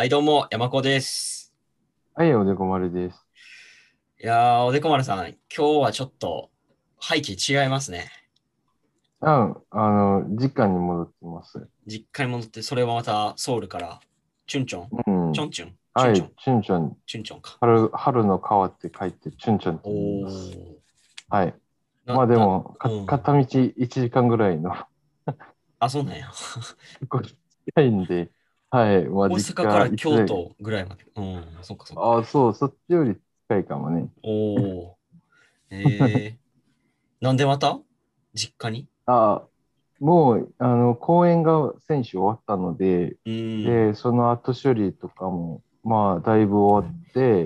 はい、どうも、山子です。 はい、おでこ丸です。 おでこ丸さん、今日はちょっと背景違いますね。 実家に戻ってます。 実家に戻って、それはまたソウルから、チュンチョン、 うん。 チョンチュン、チュンはい、 チョン、 チュンチュン、 チュンチョンか。 春の川って書いて、チュンチュンってお言います。 ー、 はい。 な、な、 まあでも、 うん。 片道1時間ぐらいの、 あ、そうなんや。 結構近いんで、はい、まあ大実家、 阪から京都ぐらいまで。うん、そっかそっか。 そう、そっちより近いかもね。 おー、えなんでまた実家に？ あもう、公演が先週終わったので、 うーん、 で、その後処理とかも、まあ、だいぶ終わって、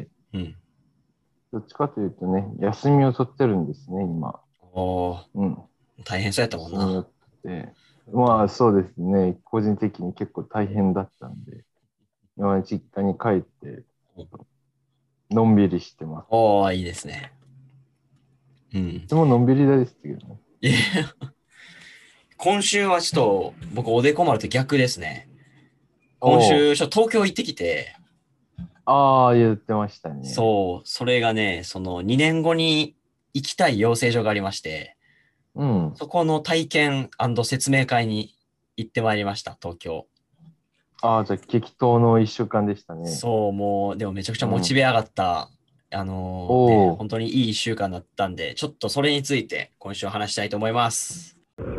うん。 どっちかというとね、休みを取ってるんですね、今。 おー、 うん。 大変そうやったもんな。 休みを取って。まあ、そうですね。個人的に結構大変だったんで、今実家に帰って、のんびりしてます。 おー、いいですね。うん。 いつものんびりですけどね。 いや今週はちょっと僕おでこ丸と逆ですね。 お今お。 週ちょっと東京行ってきて、 ああ、言ってましたね。 そう、それがね、その2年後に行きたい養成所がありまして、 うん。 そこの体験説明会に行ってまいりました、東京。 ああ、じゃあ激闘の一週間でしたね。 そう、もう、でもめちゃくちゃうん。 モチベ上がった、 おお。 本当にいい1週間だったんで、ちょっとそれについて今週話したいと思います。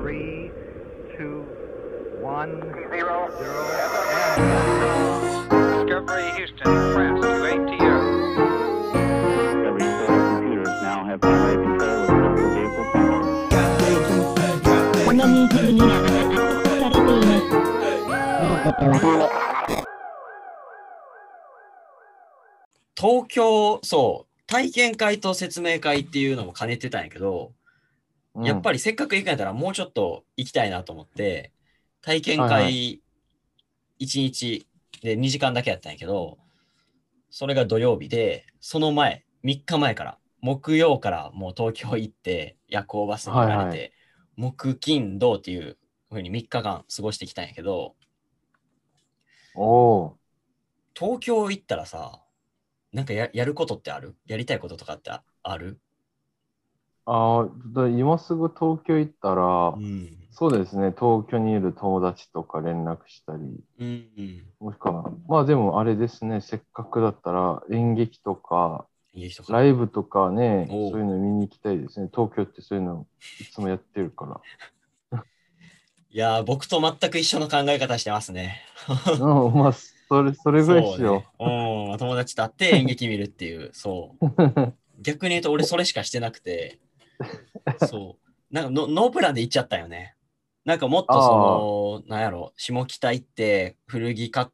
3、2、1、0。 Discovery Houston, press to ATO. Discovery computers now have primary control of critical vehicle functions. このミュージックには発行されています。 東京、そう、体験会と説明会っていうのも兼ねてたんやけど、やっぱうん。 りせっかく行くんやったらもうちょっと行きたいなと思って、体験はいはい。 会1日で2時間だけやったんやけど、それが土曜日で、その前、3日前から、木曜からもう東京行って、夜行バスに揺はいはい。 られて、木、金、土っていう風に3日間過ごしてきたんやけど、 おお。 東京行ったらさ、なんかやることってある？やりたいこととかってある？ 今すぐ東京行ったら、 うん。 そうですね、東京にいる友達とか連絡したり、 うん。 もしくは、まあでもあれですね、せっかくだったら演劇とか、 いい人か。 ライブとかね、 おう。 そういうの見に行きたいですね。東京ってそういうのいつもやってるから。 いやー、僕と全く一緒の考え方してますね。 うん、まあ、それぐらいそうね。 しようん、友達と会って演劇見るっていう、そう。 う。 逆に言うと俺それしかしてなくて、そう。なんかノープランで行っちゃったよね。なんかもっとそあの、なんやろ、下北行って、古着買って、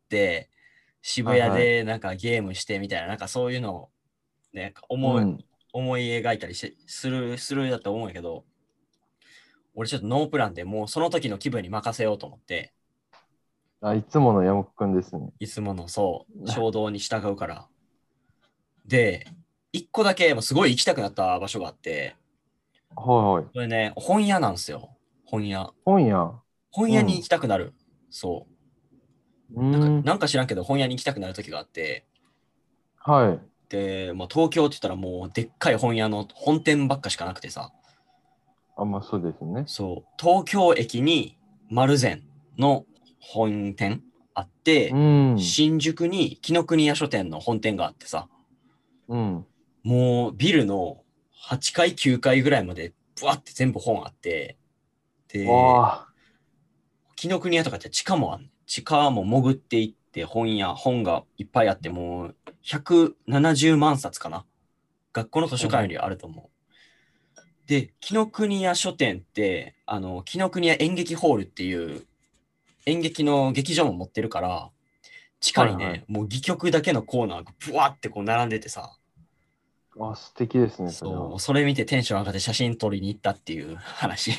あ、 渋谷はいはい。 でなんかゲームしてみたいな、なんかそういうのをね、 うん。 思い描いたりするだと思うんやけど、俺ちょっとノープランでもうその時の気分に任せようと思って、 いつもの山本くんですね。 いつものそう、衝動に従うから。で、一個だけもうすごい行きたくなった場所があって、 はいはい。 これね、本屋なんですよ。本屋。 本屋。 本屋に行きうん。 たくなる。そう。 うん。 なんか知らんけど本屋に行きたくなる時があって、 はい。 で、まあ、東京って言ったらもうでっかい本屋の本店ばっかしかなくてさ、 まあそうですね。 そう、東京駅に丸善の本店あっうて、 ん。 新宿に紀ノ国屋書店の本店があってさ、 うん。 もうビルの8階、9階ぐらいまでブワって全部本あって、で、 わあ。 紀ノ国屋とかって地下もあんねん。地下も潜っていって本がいっぱいあって、もう170万冊かな。学校の図書館よりあると思う。で、紀ノ国屋書店って、紀ノ国屋演劇ホールっていう演劇の劇場も持ってるから、地下にね、 はいはい。 もう戯曲だけのコーナーがブワーってこう並んでてさ、 素敵ですね、それそう、もうは。 それ見てテンション上がって写真撮りに行ったっていう話。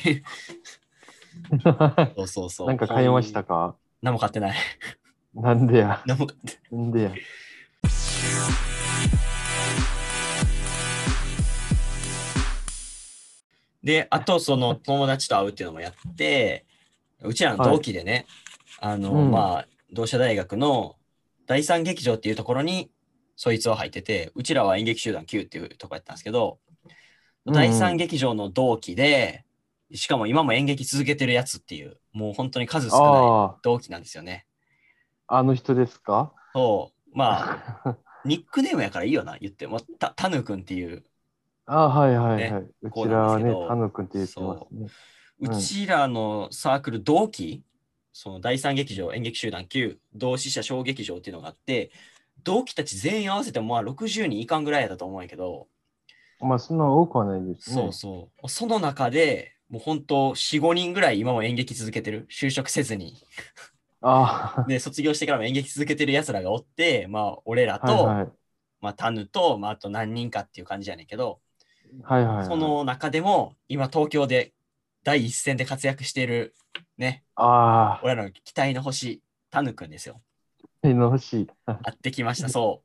そうそうそう。 なんか買いましたか？ 何も買ってない。 なんでや。 何も買って。 なんでや。 で、あとその友達と会うっていうのもやって、うちらの同はい。 期でね、 うん。 まあ、同志社大学の第三劇場っていうところにそいつは入ってて、うちらは演劇集団 Q っていうところやったんですけど、第三劇場の同期で、しかも今も演劇続けてるやつっていう、もう本当に数少ない同期なんですよね。 あの人ですか？ そう、まあ、ニックネームやからいいよな、言っても。タヌ君っていう、 はいはいね、 はい。う子なんですちらはね、 けど、 タヌ君って言ってますね。 うちらのサークル同期、その第三劇場演劇集団9同志社小劇場っていうのがあって、同期たち全員合わせてもまあ60人いかんぐらいだと思うんやけど、 まあ、そんな多くはないですね。 そうそう。その中で、もう本当4、5人ぐらい今も演劇続けてる。就職せずに。 あで、卒業してからも演劇続けてる奴らがおって、まあ、俺らあ、はいと、 はい。 まあ、タヌと、まあ、あと何人かっていう感じやねんけど、 はいはいはい。 その中でも、今東京で第一線で活躍している、ね、 あ俺らの期待の星、タヌくんですよ。 あ、の欲しい。 会ってきました。そう。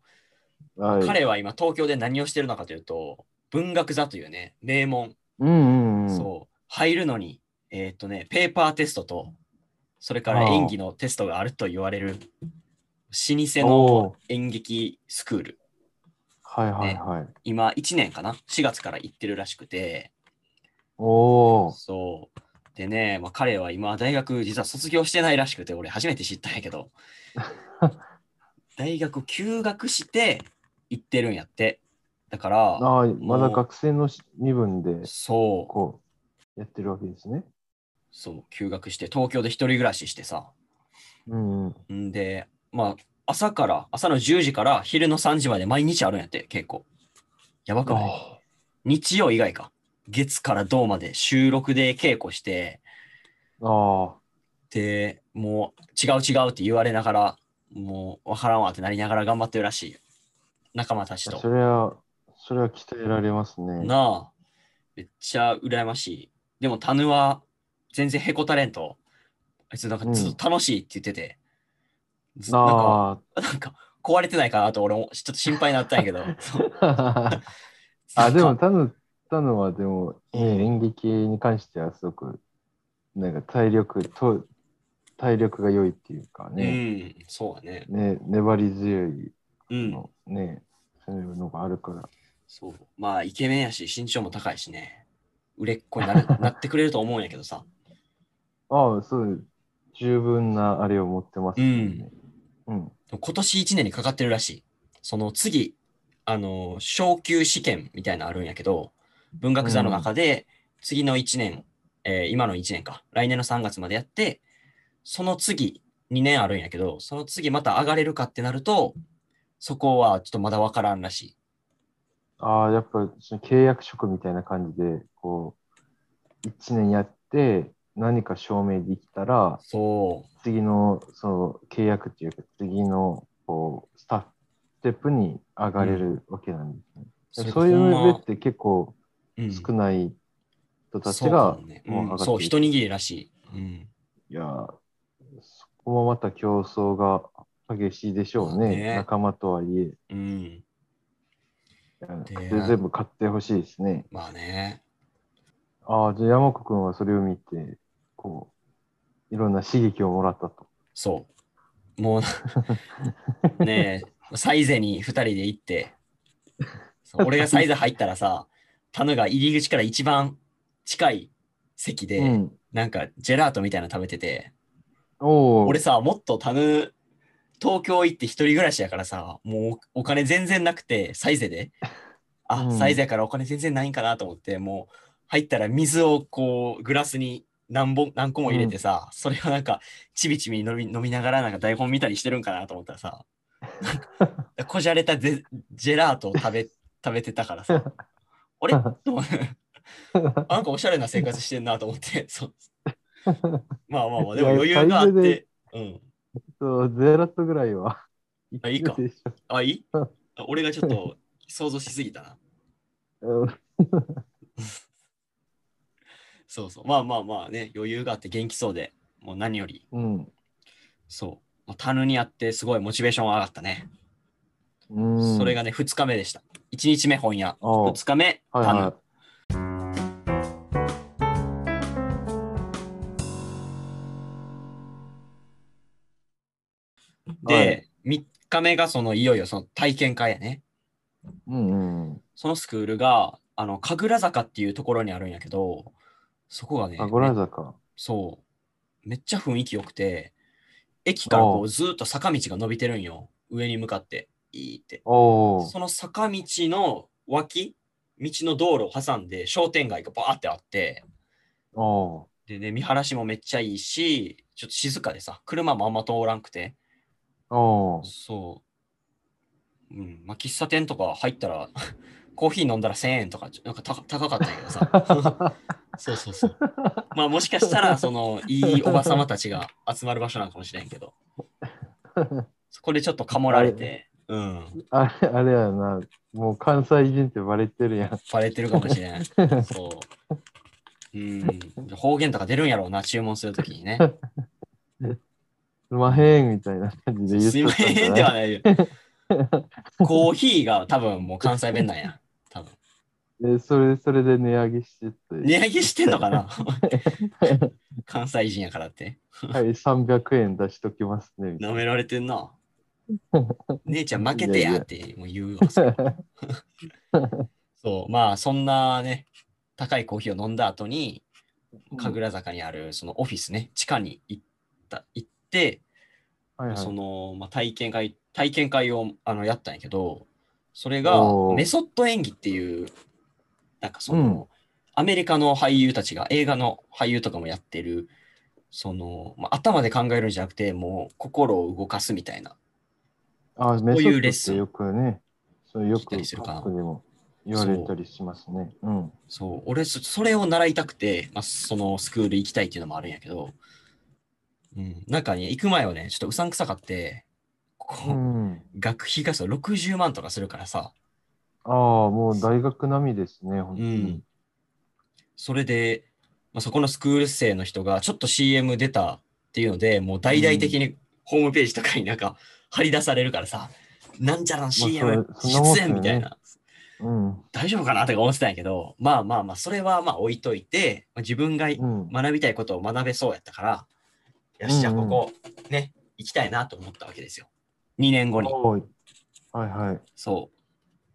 はい。 彼は今東京で何をしてるのかというと、文学座というね、名門、 うんうんうん。 そう、入るのに、ペーパーテストと、それから演技のテストがあると言われる、老舗の演劇スクール。 はいはいね、 はい。 今1年かな ?4 月から行ってるらしくて、 おー。 そう。でね、まあ、彼は今大学実は卒業してないらしくて、俺初めて知ったんやけど、大学休学して行ってるんやって。だから、 ああ、まだもう、 学生の身分で、 そう、 こう、やってるわけですね。 そう、休学して東京で一人暮らししてさ。 うんうん。 んで、まあ、朝の10時から昼の3時まで毎日あるんやって、結構。やばくない？ あ日曜以外か。月から土まで週6で稽古して、 あ、 で、もう違う違うって言われながら、もうわからんわってなりながら頑張ってるらしい。仲間たちと。 それは、それは鍛えられますね。 なあ、めっちゃ羨ましい。でもタヌは全然へこたれんと、あいつなんかずっと楽しいって言ってて、なんか、 あなんか壊れてないかなと俺もちょっと心配になったんやけど、そうあ。あ、でも、 なんか、 タヌはでも、ね、 うん演劇に関してはすごく、なんか体力が良いっていうかうね、 ん、そうだね。 粘り強い、 うん、 そういうのがあるから。 そう。まあ、イケメンやし、身長も高いしね、売れっ子になってくれると思うんやけどさ。 ああ、そう、十分なあれを持ってますもんね。うん。 今年1年にかかってるらしい。その次、昇級試験みたいなのあるんやけど、文学座の中で、次の1年、今の1年か、来年の3月までやって、その次、2年あるんやけど、その次また上がれるかってなると、そこはちょっとまだわからんらしい。 ああ、やっぱその契約職みたいな感じで、こう、一年やって何か証明できたら、 そ次の、その契約っていうか、次の、こう、ステップに上がれるわけなんですね。 それがそういうほんま、 上って結構少うん、 ない人たちそうかがもね。 もう上がそう、 ってる。 一握りらしい。うん。 いやー、そこもまた競争が激しいでしょまあうね。 ね。 仲間とはいえ。 うん。で、 で、全部買ってほしいですね。 まあね。 ああ、じゃあ山子くんはそれを見て、こう、いろんな刺激をもらったと。 そう。もうねえ、サイゼに2人で行って、そう俺がサイゼ入ったらさ、タヌが入り口から一番近い席で、 うん。 なんかジェラートみたいなの食べてて、 おお、 俺さ、もっとタヌ、東京行って一人暮らしやからさ、もうお金全然なくて、サイゼで、 うサイゼん。 やからお金全然ないんかなと思って、もう入ったら水をこう、グラスに何個も入れてうん。 さ、それをなんか、ちびちび飲みながらなんか台本見たりしてるんかなと思ったらさ、なんか、こじゃれたジェラートを食べてたからさ、あれと思ってなんかおしゃれな生活してんなと思って、そう。まあまあまあ、 いや、 でも余裕サイゼで、 があって、うん。 ゼラットぐらいはいあ、いいか。 けるでしあ、いい俺がちょっと想像しすぎたな。 ょ。 そうそう。まあまあまあね、余裕があって元気そうで、もう何より、 うん。 そう。タヌにあってすごいモチベーション上がったね。 うん。うん。 それがね、2日目でした。1日目本屋、 あ 2日目タヌ。 はいはい。はい。 で、 日目がいよいよその体験会やね。 うんうん。 そのスクールが、神楽坂っていうところにあるんやけど、そこがね、 神楽坂。 そう、めっちゃ雰囲気良くて、駅からおずーっと坂道が伸びてるんよ。上に向かって、いいって。 おその坂道の脇、道の道路を挟んで商店街がバーってあって、 おでね、見晴らしもめっちゃいいし、ちょっと静かでさ、車もあんま通らんくて、 おそう、まあ、喫茶店とか入ったら、コーヒー飲んだら1000円とか、なんか高かったんやけどさ。そうそうそう。まあもしかしたら、いいおばさまたちが集まる場所なんかもしれんけど、そこでちょっとかもられて、 あれやな、もう関西人ってバレてるやん。 バレてるかもしれん。そう。方言とか出るんやろうな、注文するときにね。 すまへんみたいな感じで言っすいまちゃったんじせんゃない？ ではないよ。コーヒーが多分もう関西弁なんや。多分。 それで値上げしてって。 値上げしてんのかな関西人やからって。 はい、300円出しときますね。みたい舐められてんな。姉ちゃん負けていやいややってもう言うわ。そう、まあそんなね、高いコーヒーを飲んだ後に、神楽坂にあるそのオフィスね、地下に行って、 はいはい。 まあ、体験会をやったんやけど、それがおーメソッド演技っていう、なんかうんアメリカの俳優たちが映画の俳優とかもやってる、まあ、頭で考えるんじゃなくて、もう心を動かすみたいな。 メそうソッドっていうレッスンよくね、そうよ聞いたくりするかな僕でも言われたりしますね。うん。 そう、俺それを習いたくて、まあ、そのスクール行きたいっていうのもあるんやけど、なんかね、行く前はね、ちょっとうさんくさかって、 うん。 学費が60万とかするからさ、 もう大学並みですね、本当に。 それで、まあ、そこのスクール生の人がちょっと CM 出たっていうので、もう大々的にホームページとかになんか貼り出されるからさ、なんちゃらの CM そんなもんっ出すよね演みたいな。 うん。 大丈夫かなとか思ってたんやけど、まあ、それはまあ置いといて、自分がうん。 学びたいことを学べそうやったから、よし、じゃあここね、行きたいなと思ったわけですよ。2年後に。 はいはい。 そう。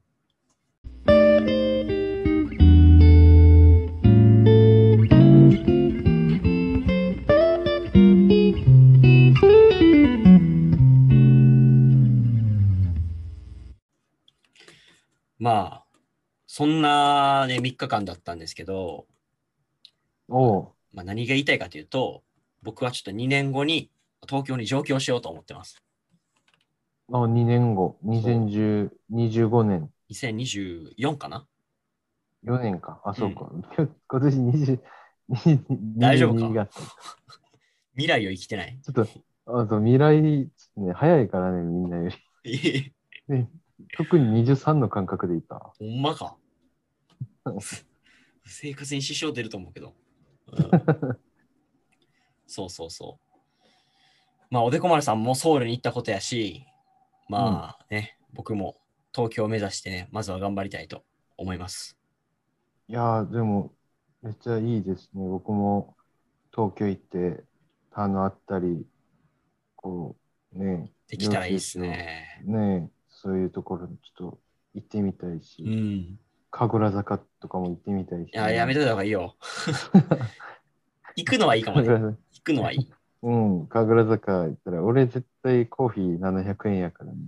まあ、そんなね、3日間だったんですけど、まあ、何が言いたいかというと、僕はちょっと2年後に東京に上京しようと思ってます。 2年後、25年。 2024かな 4年か。そうか。今年20、 大丈夫 22 か月。 未来を生きてない。 ちょっと、未来、ね、早いからね、みんなより。ね、特に23の感覚でいた。 ほんまか。生活に支障出ると思うけど。そうそうそう。まあ、おでこ丸さんもソウルに行ったことやし、まあね、僕も東京を目指してね、まずは頑張りたいと思います。 いやー、でも、めっちゃいいですね。僕も東京行って、会ったり、こう、ね、 できたらいいですね。 ね、そういうところにちょっと行ってみたいし、神楽坂とかも行ってみたいし、 いや、やめといた方がいいよ。行くのはいいかもね。行くのはいい。 神楽坂行ったら、俺絶対コーヒー700円やからね。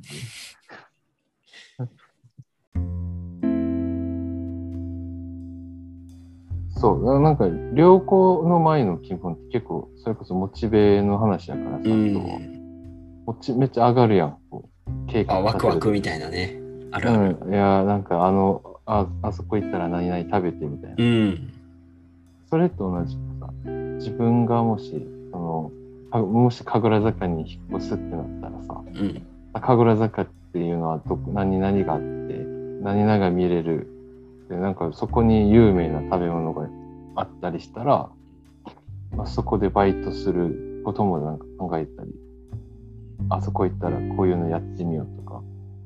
そう、なんか旅行の前の基本って結構、それこそモチベの話やからさ、めっちゃ上がるやん。 計画ワクワクみたいなね。あるある。 いや、なんかあそこ行ったら何々食べてみたいな。それと同じくさ、自分がもし神楽坂に引っ越すってなったらさ、神楽坂っていうのは何々があって、何々が見れる。で、なんかそこに有名な食べ物があったりしたら、そこでバイトすることもなんか考えたり、あそこ行ったらこういうのやってみようとか、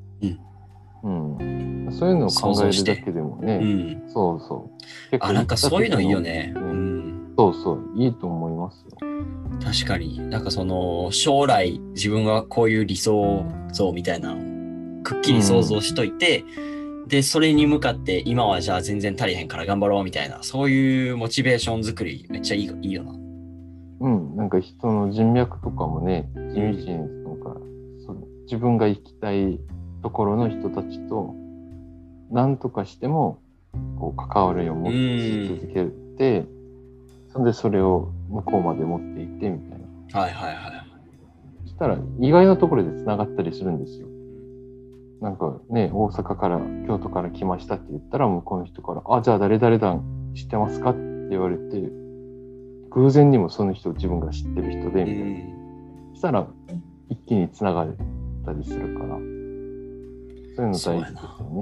そういうのを考えるだけでもね、そうそう。 なんかそういうのいいよね。 そうそう、いいと思いますよ。 確かに、なんかその将来自分がこういう理想像みたいなのをくっきり想像しといて、でそれに向かって今はじゃあ全然足りへんから頑張ろうみたいな、そういうモチベーション作りめっちゃいいよな。 なんか人の人脈とかもね、地道になんか自分が行きたいところの人たちと何とかしてもこう関わるように持ち続けて、それを向こうまで持っていってみたいな。 はいはいはい。 そしたら意外なところで繋がったりするんですよ。なんかね、大阪から京都から来ましたって言ったら向こうの人から、じゃあ誰々団知ってますかって言われて、偶然にもその人を自分が知ってる人でみたいな。そしたら一気に繋がったりするから、そういうの大事ですよ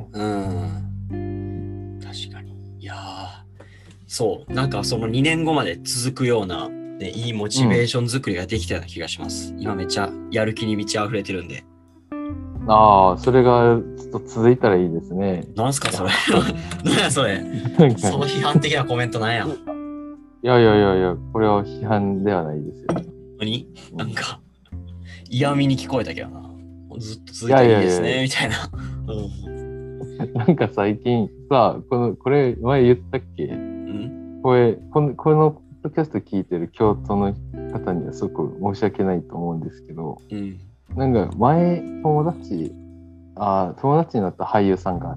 ね。確かに。いやそう、なんかその2年後まで続くような、ね、いいモチベーション作りができたような気がします。今めっちゃやる気に満ち溢れてるんで。 それがちょっと続いたらいいですね。 なんすかそれ。何やそれ。その批判的なコメントなんや。 いや、これは批判ではないですよ。 何？なんか嫌味に聞こえたけどな。ずっと続いたらいいですねみたいな。 なんか最近さ、これ前言ったっけ？このポッドキャスト聞いてる京都の方にはすごく申し訳ないと思うんですけど、なんか前友達になった俳優さんがあって、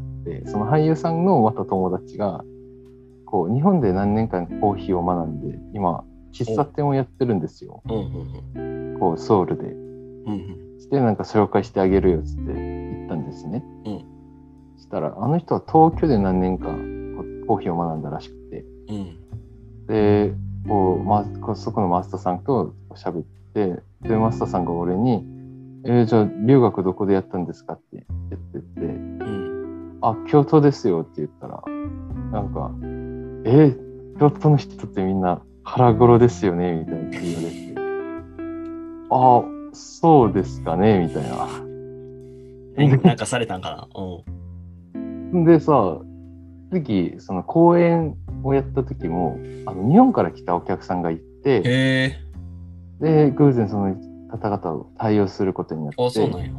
その俳優さんのまた友達がこう日本で何年間コーヒーを学んで今喫茶店をやってるんですよ。こうソウルで。してなんか紹介してあげるよっつって言ったんですね。そしたらあの人は東京で何年間コーヒーを学んだらしくて、でそこのマスターさんと喋って、でマスターさんが俺にじゃあ留学どこでやったんですかって言ってて、京都ですよって言ったら、なんか京都の人ってみんな腹黒ですよねみたいな言われて、そうですかねみたいな。 なんかされたんかな。でさ、次その公演をやった時も日本から来たお客さんがいて、で偶然その方々を対応することになって、 そうなんや。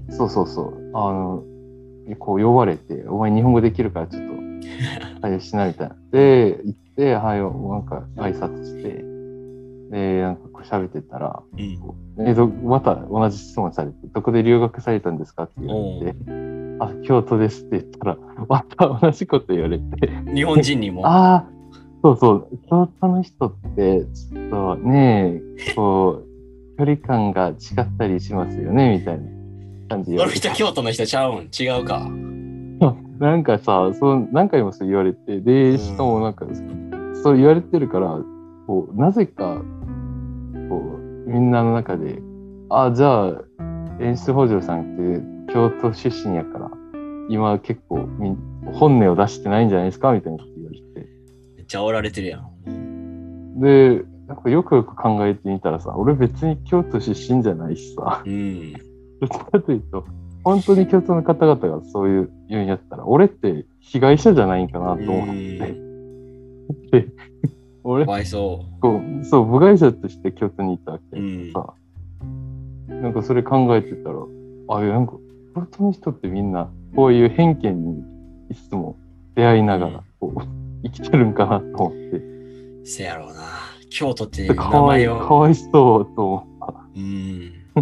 こう呼ばれて、お前日本語できるからちょっと対応しなみたいな。で行ってなんか挨拶して、でなんかこう喋ってたら、また同じ質問されて、どこで留学されたんですかって言われて、京都ですって言ったら、また同じこと言われて、 日本人にもそう京都の人ってちょっとねこう距離感が違ったりしますよねみたいな感じで言われて。 その人京都の人ちゃうん？違うか。 なんかさ、何回もそう言われて、でしかもなんかそう言われてるから、こうなぜかこうみんなの中で、じゃあ演出北条さんって京都出身やから今結構本音を出してないんじゃないですかみたいなこと言われて。 めっちゃ煽られてるやん。 で、なんかよくよく考えてみたらさ、俺別に京都出身じゃないしさ、どっちかというと本当に京都の方々がそういう言うんやったら、俺って被害者じゃないんかなと思って。で、俺、部外者として京都にいたわけさ、なんかそれ考えてたら、なんか京都の人ってみんなこういう偏見にいつも出会いながらこう生きてるんかなと思って。 せやろうな。京都っていう名前を。 かわいそうと思った。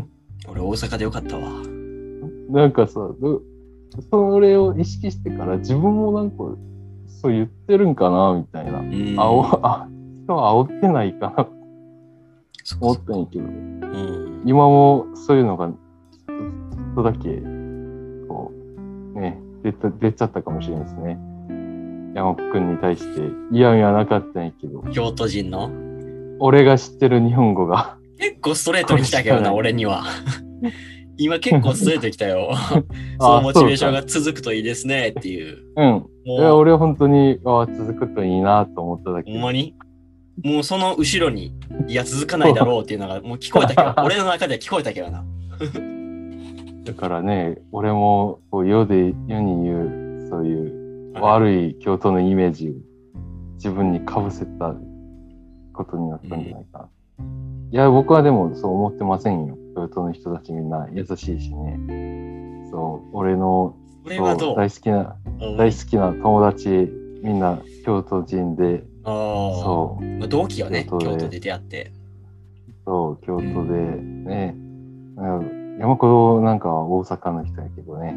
俺大阪でよかったわ。 なんかさ、それを意識してから自分もなんかそう言ってるんかなみたいな。人は煽ってないかな思ったんやけど、今もそういうのがちょっとだけこうね出ちゃったかもしれないですね。山子くんに対して嫌味はなかったんやけど、 京都人の俺が知ってる日本語が結構ストレートに来たけどな、俺には。今結構ストレートに来たよ。そのモチベーションが続くといいですねっていう。 いや俺は本当に続くといいなと思っただけ。 ほんまにもうその後ろに続かないだろうっていうのがもう聞こえたけど、俺の中では聞こえたけどな。 だからね、俺もこう世に言うそういう悪い京都のイメージを自分にかぶせたことになったんじゃないかな。いや、僕はでもそう思ってませんよ。京都の人たちみんな優しいしね。そう、俺のそう大好きな友達みんな京都人で、 そう、まあ、同期はね、京都で出会って。 そう、京都でね、山子なんかは大阪の人やけどね。うん。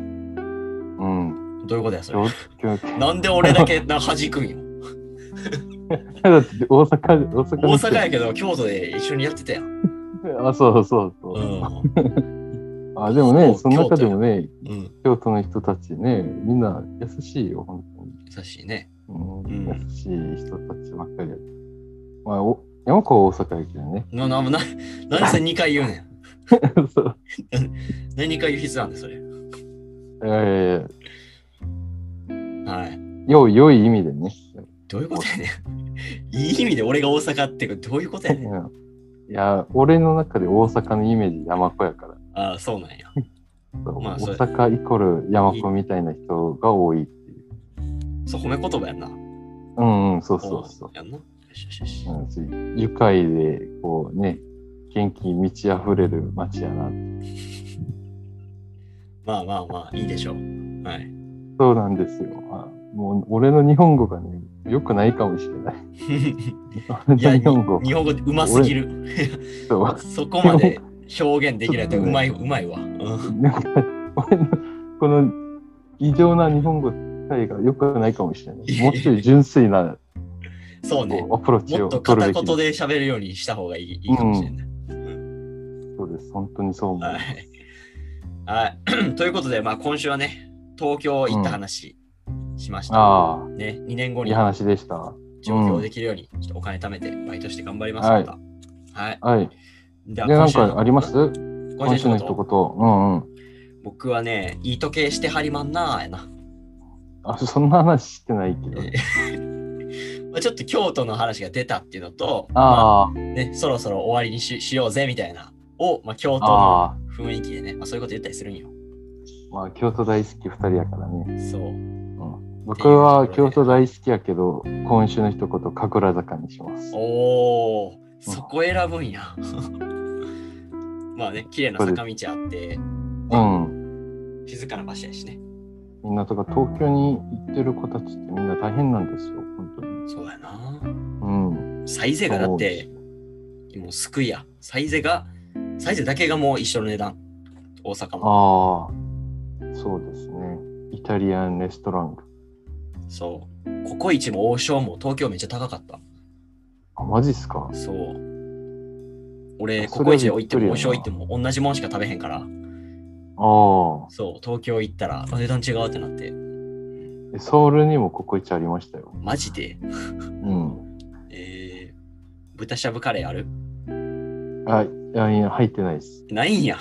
どういうことや、それ。なんで俺だけ弾くんよ。 だって大阪やけど、京都で一緒にやってたやん。 あ、そう。あ、でもね、その中でもね、京都の人たちね、みんな優しいよ、本当に。 優しいね。 優しい人たちばっかりや。まあ、山子は大阪やけどね。 なんでそれ2回言うねん。そう。何2回言う必要なんだ、それ。はい。 良い意味でね。 どういうことやねん。いい意味で俺が大阪ってどういうことやねん。 いや、俺の中で大阪のイメージ山子やから。 ああ、そうなんや。 まあ、大阪イコール山子みたいな人が多いっていう。 そう、褒め言葉やんな。 そう。 やんな。 愉快で、こうね、元気に満ち溢れる街やな。 まあ、いいでしょう。はい。 そうなんですよ。もう、俺の日本語がね、良くないかもしれない。 いや、日本語うますぎる。そこまで表現できないとうまいわ。 俺のこの異常な日本語体が良くないかもしれない。もうちょい純粋なそうね。 アプローチをもっと片言で喋るようにした方がいいかもしれない。 そうです。本当にそう思う。 はい。ということで、まあ今週はね、東京行った話しました。ね、2年後に。 いい話でした。 上京できるように、ちょっとお金貯めてバイトして頑張ります。また。 はい。で、なんかあります？今週の一言。 僕はね、いい時計してはりまんなーやな。 あ、そんな話してないけど。 まあちょっと京都の話が出たっていうのと、ね、そろそろ終わりに しようぜみたいなを、まあ、京都の雰囲気でね、そういうこと言ったりするんよ。 まあ、京都大好き2人やからね。 そう。 僕は京都大好きやけど、今週の一言、神楽坂にします。 おー、そこ選ぶんや。まあね、綺麗な坂道あって、静かな場所やしね。 みんなとか東京に行ってる子たちってみんな大変なんですよ、本当に。 そうやな。サイゼがだって、もう救いや。サイゼだけがもう一緒の値段。大阪も。 そうですね。イタリアンレストラン。 そう。ココイチも王将も東京めっちゃ高かった。 マジっすか？ そう。俺、ココイチ行っても王将行っても同じもんしか食べへんから。そう、東京行ったら値段違うってなって。 ソウルにもココイチありましたよ。 マジで？豚しゃぶカレーある？ いや、入ってないです。 ないんや。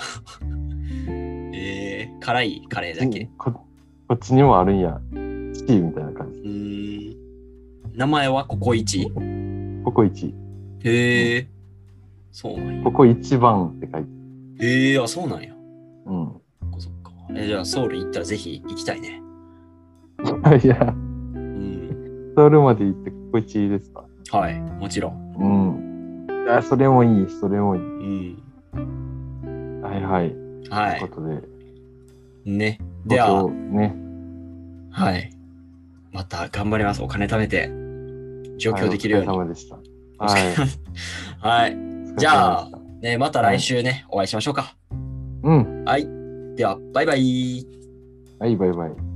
辛いカレーだけ。 こっちにもあるんや。チキンみたいな感じ。 名前はココイチ？ ココイチ。 へえ。そうなんや。 ここ一番って書いて。 へえ、あ、そうなんや。そっか。じゃあソウル行ったらぜひ行きたいね。 いや。ソウルまで行ってココイチいいですか？ はい、もちろん。 それもいい、それもいい。はい。ということで。 ね。では、 ね。 はい。また頑張ります。お金貯めて、上京できるように。 お疲れ様でした。 はい。じゃあ、ね、また来週ね、お会いしましょうか。はい。では、バイバイ。 はい、バイバイ。